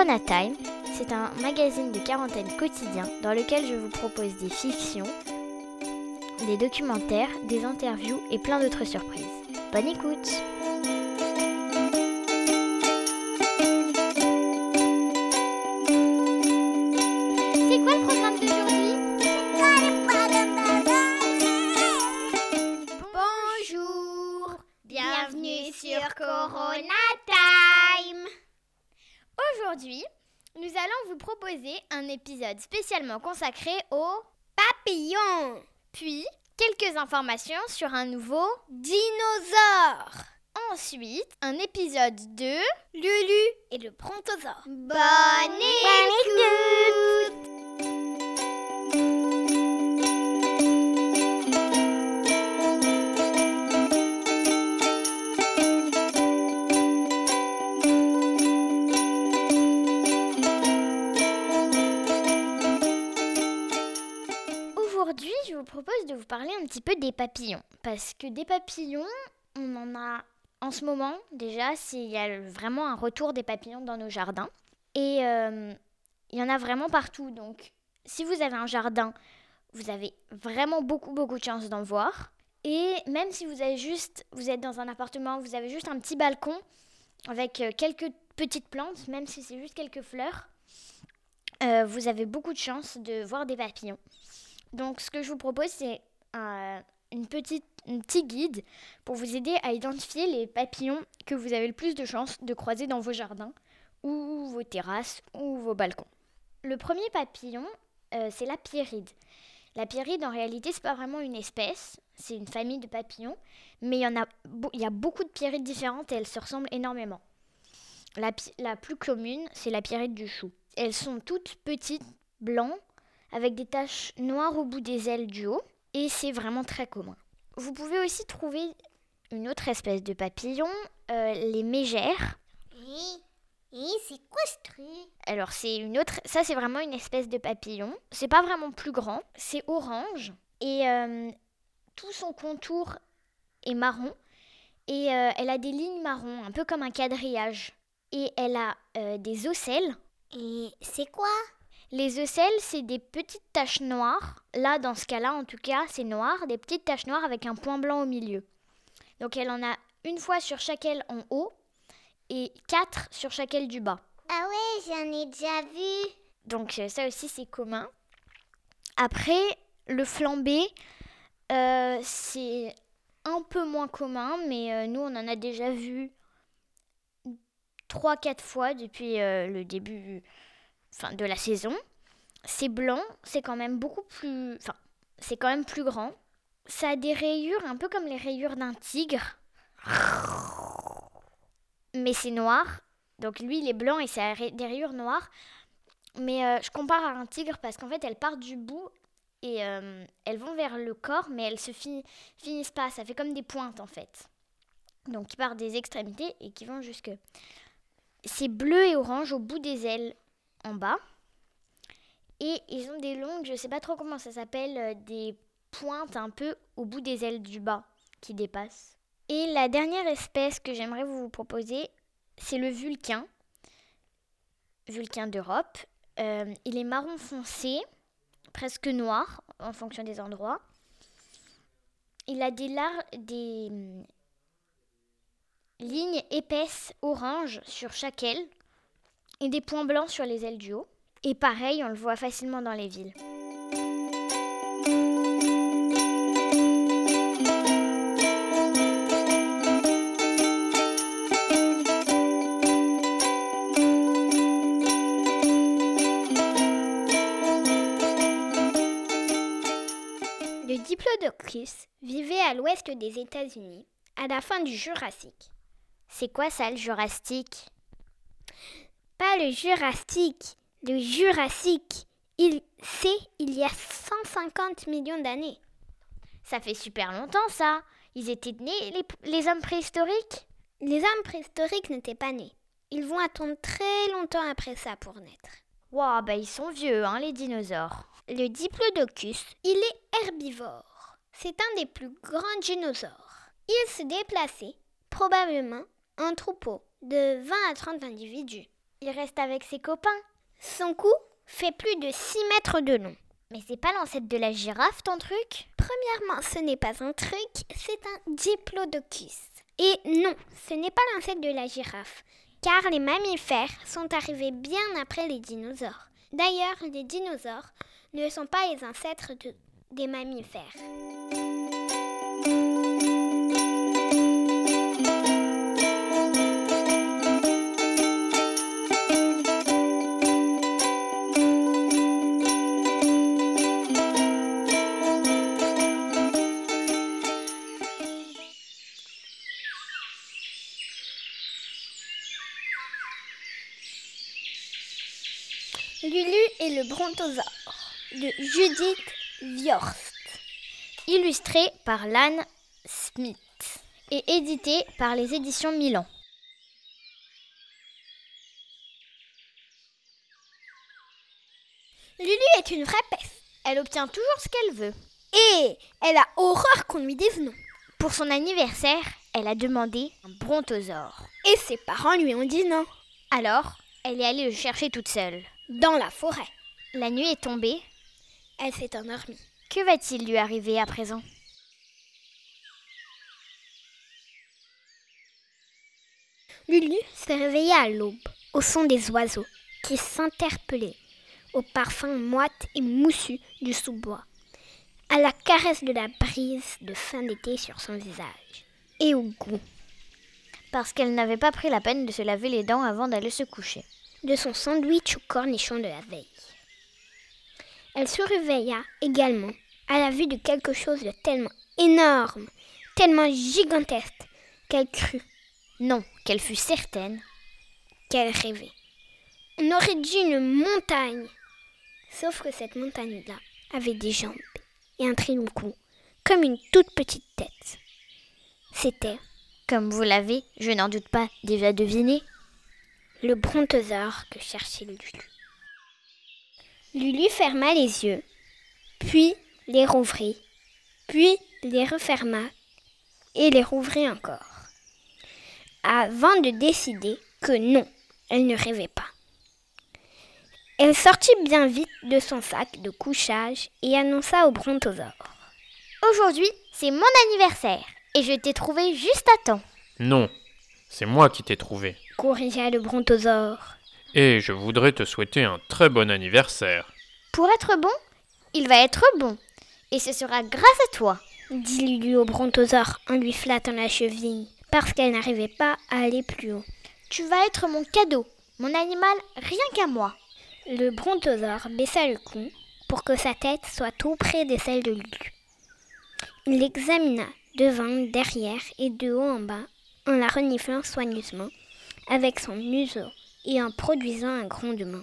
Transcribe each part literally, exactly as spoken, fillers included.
Corona Time, c'est un magazine de quarantaine quotidien dans lequel je vous propose des fictions, des documentaires, des interviews et plein d'autres surprises. Bonne écoute! C'est quoi le programme d'aujourd'hui? Bonjour! Bienvenue sur Corona Time! Aujourd'hui, nous allons vous proposer un épisode spécialement consacré aux papillons, puis quelques informations sur un nouveau dinosaure. Ensuite, un épisode de Lulu et le brontosaure. Bonne écoute! Aujourd'hui, je vous propose de vous parler un petit peu des papillons. Parce que des papillons, on en a en ce moment déjà, il y a vraiment un retour des papillons dans nos jardins. Et euh, il y en a vraiment partout. Donc, si vous avez un jardin, vous avez vraiment beaucoup, beaucoup de chance d'en voir. Et même si vous avez juste, vous êtes dans un appartement, vous avez juste un petit balcon avec quelques petites plantes, même si c'est juste quelques fleurs, euh, vous avez beaucoup de chance de voir des papillons. Donc, ce que je vous propose, c'est euh, une petite, un petit guide pour vous aider à identifier les papillons que vous avez le plus de chances de croiser dans vos jardins ou vos terrasses ou vos balcons. Le premier papillon, euh, c'est la pierride. La pierride, en réalité, c'est pas vraiment une espèce, c'est une famille de papillons, mais il y en a, il y a beaucoup de pierrides différentes et elles se ressemblent énormément. La, la plus commune, c'est la pierride du chou. Elles sont toutes petites, blancs, avec des taches noires au bout des ailes du haut, et c'est vraiment très commun. Vous pouvez aussi trouver une autre espèce de papillon, euh, les mégères. Oui, oui, c'est quoi ce truc? Alors c'est une autre, ça c'est vraiment une espèce de papillon. C'est pas vraiment plus grand, c'est orange et euh, tout son contour est marron et euh, elle a des lignes marron, un peu comme un quadrillage. Et elle a euh, des ocelles. Et c'est quoi? Les ocelles, c'est des petites taches noires. Là, dans ce cas-là, en tout cas, c'est noir. Des petites taches noires avec un point blanc au milieu. Donc, elle en a une fois sur chaque aile en haut et quatre sur chaque aile du bas. Ah ouais, j'en ai déjà vu. Donc, ça aussi, c'est commun. Après, le flambé, euh, c'est un peu moins commun, mais euh, nous, on en a déjà vu trois quatre fois depuis euh, le début... Enfin, de la saison. C'est blanc, c'est quand même beaucoup plus... Enfin, c'est quand même plus grand. Ça a des rayures, un peu comme les rayures d'un tigre. Mais c'est noir. Donc lui, il est blanc et ça a des rayures noires. Mais euh, je compare à un tigre parce qu'en fait, elles partent du bout et euh, elles vont vers le corps, mais elles se fi- finissent pas. Ça fait comme des pointes, en fait. Donc, qui partent des extrémités et qui vont jusque... C'est bleu et orange au bout des ailes. En bas, et ils ont des longues, je sais pas trop comment ça s'appelle, euh, des pointes un peu au bout des ailes du bas qui dépassent. Et la dernière espèce que j'aimerais vous proposer, c'est le vulcain, vulcain d'Europe. Euh, il est marron foncé, presque noir en fonction des endroits. Il a des, lar- des hum, lignes épaisses orange sur chaque aile et des points blancs sur les ailes du haut. Et pareil, on le voit facilement dans les villes. Le Diplodocus vivait à l'ouest des États-Unis, à la fin du Jurassique. C'est quoi ça, le Jurassique? Pas le Jurassique, le Jurassique. Il, c'est il y a cent cinquante millions d'années. Ça fait super longtemps, ça. Ils étaient nés, les, les hommes préhistoriques? Les hommes préhistoriques n'étaient pas nés. Ils vont attendre très longtemps après ça pour naître. Waouh, bah ils sont vieux, hein, les dinosaures. Le Diplodocus, il est herbivore. C'est un des plus grands dinosaures. Il se déplaçait probablement en troupeau de vingt à trente individus. Il reste avec ses copains. Son cou fait plus de six mètres de long. Mais c'est pas l'ancêtre de la girafe, ton truc? Premièrement, ce n'est pas un truc, c'est un diplodocus. Et non, ce n'est pas l'ancêtre de la girafe, car les mammifères sont arrivés bien après les dinosaures. D'ailleurs, les dinosaures ne sont pas les ancêtres de, des mammifères. Lulu et le brontosaure de Judith Viorst. Illustré par Lan Smith et édité par les éditions Milan. Lulu est une vraie peste. Elle obtient toujours ce qu'elle veut. Et elle a horreur qu'on lui dise non. Pour son anniversaire, elle a demandé un brontosaure. Et ses parents lui ont dit non. Alors, elle est allée le chercher toute seule. Dans la forêt. La nuit est tombée. Elle s'est endormie. Que va-t-il lui arriver à présent? Lulu s'est réveillée à l'aube, au son des oiseaux qui s'interpellaient, au parfum moite et moussu du sous-bois, à la caresse de la brise de fin d'été sur son visage, et au goût. Parce qu'elle n'avait pas pris la peine de se laver les dents avant d'aller se coucher. De son sandwich au cornichon de la veille. Elle se réveilla également à la vue de quelque chose de tellement énorme, tellement gigantesque, qu'elle crut, non, qu'elle fut certaine, qu'elle rêvait. On aurait dit une montagne, sauf que cette montagne-là avait des jambes et un très long cou, comme une toute petite tête. C'était, comme vous l'avez, je n'en doute pas, déjà deviné, le brontosaure que cherchait Lulu. Lulu ferma les yeux, puis les rouvrit, puis les referma et les rouvrit encore, avant de décider que non, elle ne rêvait pas. Elle sortit bien vite de son sac de couchage et annonça au brontosaure. Aujourd'hui, c'est mon anniversaire et je t'ai trouvé juste à temps. Non, c'est moi qui t'ai trouvé. Corrigea le brontosaure. Et je voudrais te souhaiter un très bon anniversaire. Pour être bon, il va être bon. Et ce sera grâce à toi, dit Lulu au brontosaure en lui flattant la cheville, parce qu'elle n'arrivait pas à aller plus haut. Tu vas être mon cadeau, mon animal rien qu'à moi. Le brontosaure baissa le cou pour que sa tête soit tout près de celle de Lulu. Il l'examina devant, derrière et de haut en bas, en la reniflant soigneusement avec son museau et en produisant un grondement.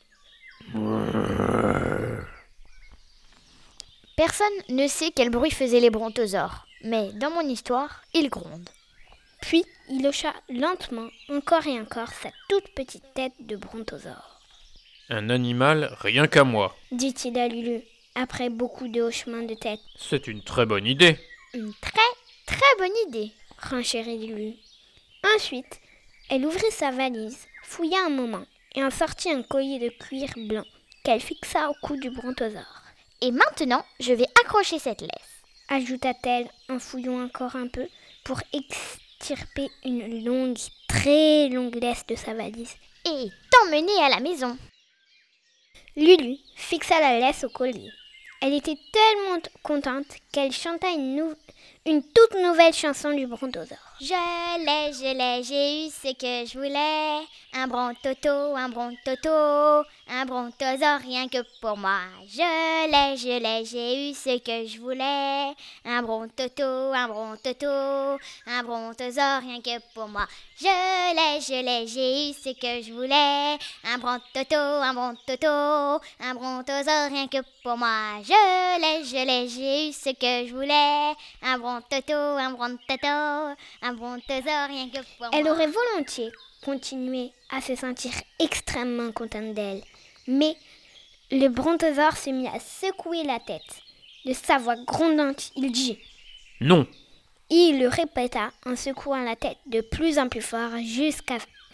Personne ne sait quel bruit faisaient les brontosaures, mais dans mon histoire, ils grondent. Puis il hocha lentement, encore et encore, sa toute petite tête de brontosaure. Un animal rien qu'à moi, dit-il à Lulu, après beaucoup de hochements de tête. C'est une très bonne idée. Une très, très bonne idée, renchérit Lulu. Ensuite, elle ouvrit sa valise, fouilla un moment et en sortit un collier de cuir blanc qu'elle fixa au cou du brontosaure. Et maintenant, je vais accrocher cette laisse, ajouta-t-elle en fouillant encore un peu pour extirper une longue, très longue laisse de sa valise. Et t'emmener à la maison. Lulu fixa la laisse au collier. Elle était tellement contente qu'elle chanta une, nou- une toute nouvelle chanson du brontosaure. Je l'ai, je l'ai, j'ai eu ce que je voulais. Un brontoto, un brontoto, un brontosaure rien que pour moi. Je l'ai, je l'ai, j'ai eu ce que je voulais. Un brontoto, un brontoto, un brontosaure rien que pour moi. Je l'ai, je l'ai, j'ai eu ce que je voulais. Un brontoto, un brontoto, un brontosaure rien que pour moi. Je l'ai, je l'ai, j'ai eu ce que je voulais. Un brontoto, un brontoto, un brontosaure rien que pour Elle moi. aurait volontiers continué à se sentir extrêmement contente d'elle. Mais le brontosaure se mit à secouer la tête. De sa voix grondante, il dit Non. Et il le répéta en secouant la tête de plus en plus fort jusqu'à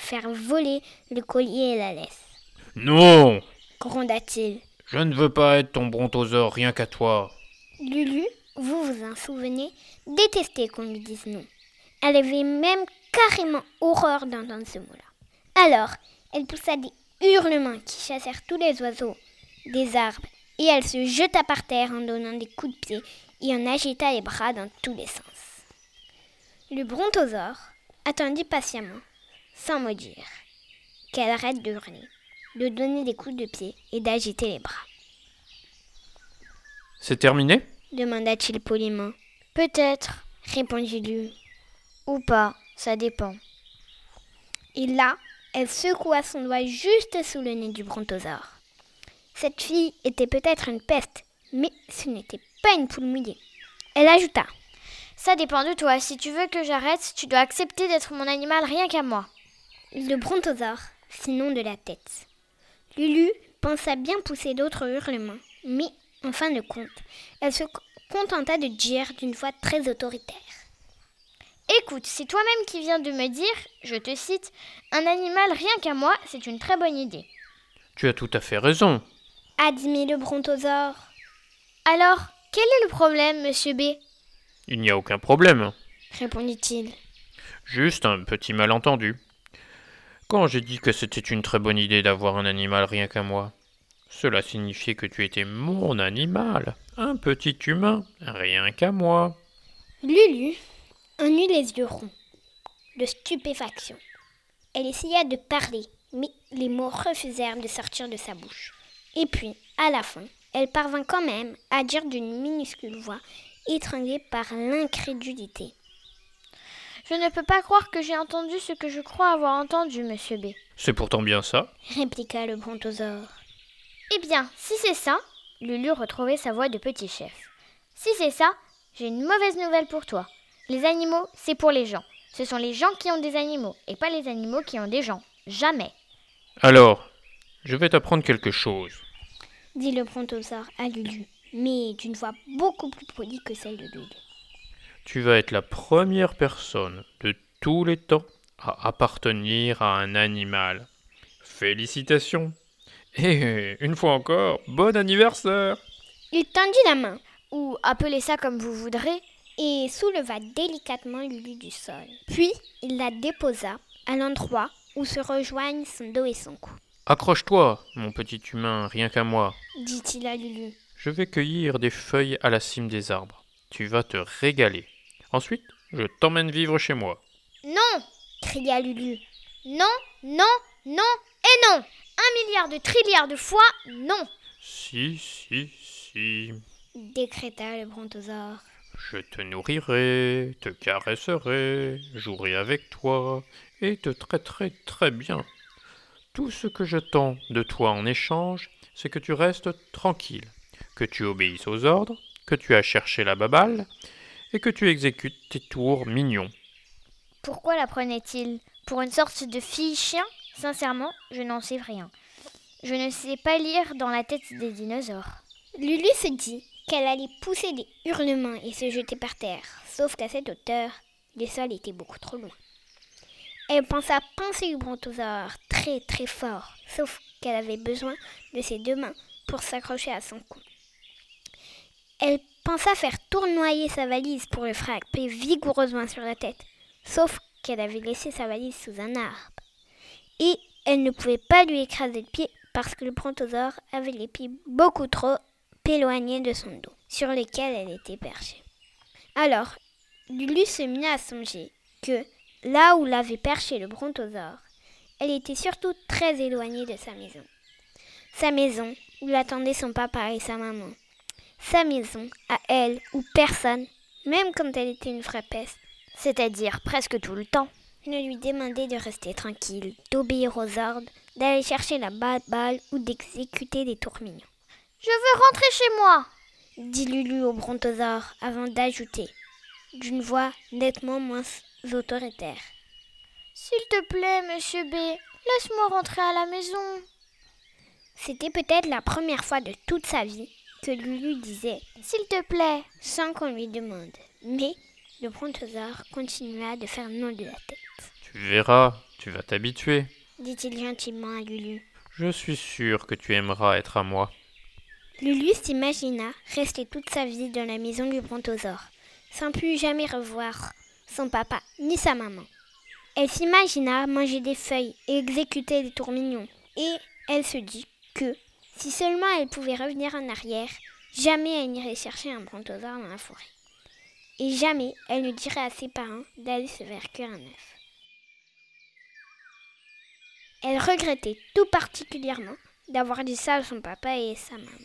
faire voler le collier et la laisse. Non, Gronda-t-il. je ne veux pas être ton brontosaure rien qu'à toi. Lulu, vous vous en souvenez, détestait qu'on lui dise non. Elle avait même carrément horreur d'entendre ce mot-là. Alors, elle poussa des hurlements qui chassèrent tous les oiseaux des arbres et elle se jeta par terre en donnant des coups de pied et en agita les bras dans tous les sens. Le brontosaure attendit patiemment, sans mot dire, qu'elle arrête de hurler, de donner des coups de pied et d'agiter les bras. C'est terminé ? Demanda-t-il poliment. Peut-être, Répondit Lulu. ou pas, ça dépend. Et là, elle secoua son doigt juste sous le nez du brontosaure. Cette fille était peut-être une peste, mais ce n'était pas une poule mouillée. Elle ajouta. Ça dépend de toi. Si tu veux que j'arrête, tu dois accepter d'être mon animal rien qu'à moi. Le brontosaure fit non de la tête. Lulu pensa bien pousser d'autres hurlements, mais en fin de compte, elle se contenta de dire d'une voix très autoritaire. Écoute, c'est toi-même qui viens de me dire, je te cite, un animal rien qu'à moi, c'est une très bonne idée. Tu as tout à fait raison. Admit le brontosaure. Alors, quel est le problème, monsieur B ? Il n'y a aucun problème. Répondit-il. Juste un petit malentendu. Quand j'ai dit que c'était une très bonne idée d'avoir un animal rien qu'à moi, cela signifiait que tu étais mon animal, un petit humain, rien qu'à moi. Lulu en eut les yeux ronds, de stupéfaction. Elle essaya de parler, mais les mots refusèrent de sortir de sa bouche. Et puis, à la fin, elle parvint quand même à dire d'une minuscule voix, étranglée par l'incrédulité. Je ne peux pas croire que j'ai entendu ce que je crois avoir entendu, monsieur B. C'est pourtant bien ça. Répliqua le brontosaure. Eh bien, si c'est ça, Lulu retrouvait sa voix de petit chef. Si c'est ça, j'ai une mauvaise nouvelle pour toi. Les animaux, c'est pour les gens. Ce sont les gens qui ont des animaux, et pas les animaux qui ont des gens. Jamais. Alors, je vais t'apprendre quelque chose. Dit le brontosaure à Lulu, mais d'une voix beaucoup plus polie que celle de Lulu. Tu vas être la première personne de tous les temps à appartenir à un animal. Félicitations. Et une fois encore, bon anniversaire. Il tendit la main Ou appelez ça comme vous voudrez. et souleva délicatement Lulu du sol. Puis, il la déposa à l'endroit où se rejoignent son dos et son cou. Accroche-toi, mon petit humain, rien qu'à moi. Dit-il à Lulu. Je vais cueillir des feuilles à la cime des arbres. Tu vas te régaler. Ensuite, je t'emmène vivre chez moi. Non, Cria Lulu. non, non, non et non. Un milliard de trilliards de fois, non. Si, si, si. Décréta le brontosaure. Je te nourrirai, te caresserai, jouerai avec toi et te traiterai très bien. Tout ce que j'attends de toi en échange, c'est que tu restes tranquille, que tu obéisses aux ordres, que tu as cherché la baballe et que tu exécutes tes tours mignons. Pourquoi la prenait-il? Pour une sorte de fille-chien? Sincèrement, je n'en sais rien. Je ne sais pas lire dans la tête des dinosaures. Lulu se dit qu'elle allait pousser des hurlements et se jeter par terre, sauf qu'à cette hauteur, le sol était beaucoup trop loin. Elle pensa pincer le brontosaure très très fort, sauf qu'elle avait besoin de ses deux mains pour s'accrocher à son cou. Elle pensa faire tournoyer sa valise pour le frapper vigoureusement sur la tête, sauf qu'elle avait laissé sa valise sous un arbre. Et elle ne pouvait pas lui écraser le pied parce que le brontosaure avait les pieds beaucoup trop éloignés de son dos, sur lesquels elle était perchée. Alors, Lulu se mit à songer que, là où l'avait perché le brontosaure, elle était surtout très éloignée de sa maison. Sa maison où l'attendaient son papa et sa maman. Sa maison à elle où personne, même quand elle était une vraie peste, C'est-à-dire presque tout le temps. ne lui demandait de rester tranquille, d'obéir aux ordres, d'aller chercher la balle ou d'exécuter des tours mignons. Je veux rentrer chez moi. Dit Lulu au brontosaure avant d'ajouter, d'une voix nettement moins autoritaire. S'il te plaît, monsieur B, laisse-moi rentrer à la maison. C'était peut-être la première fois de toute sa vie que Lulu disait « S'il te plaît ». sans qu'on lui demande. Mais le brontosaure continua de faire non de la tête. Tu verras, Tu vas t'habituer. dit-il gentiment à Lulu. Je suis sûr que tu aimeras être à moi. Lulu s'imagina rester toute sa vie dans la maison du brontosaure, sans plus jamais revoir son papa ni sa maman. Elle s'imagina manger des feuilles et exécuter des tours mignons. Et elle se dit que, si seulement elle pouvait revenir en arrière, jamais elle n'irait chercher un brontosaure dans la forêt. Et jamais elle ne dirait à ses parents d'aller se faire cuire un œuf. Elle regrettait tout particulièrement d'avoir dit ça à son papa et sa maman.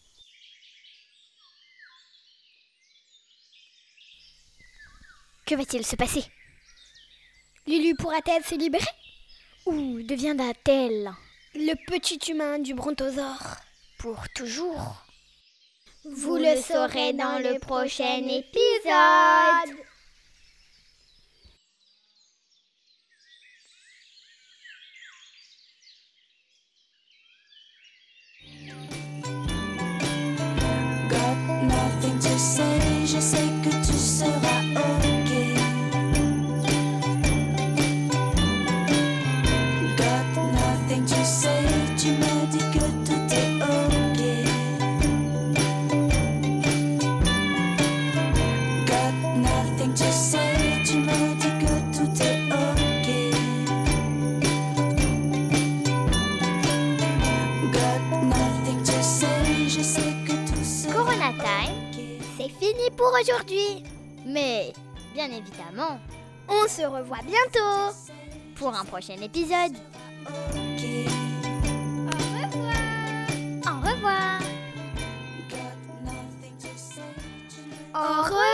Que va-t-il se passer? Lulu pourra-t-elle se libérer? Ou deviendra-t-elle le petit humain du brontosaure? Pour toujours? Vous le saurez dans le prochain épisode. Got nothing to say, je sais que tu seras ok. Got nothing to say, tu me dis que tout est ok. Got nothing to say, tu me dis que tout est ok. Got nothing to say, je sais que tout sera Corona Time, C'est fini pour aujourd'hui. mais bien évidemment, On se revoit bientôt. pour un prochain épisode. ok. Au revoir! Got nothing to say, tu me Au revoir.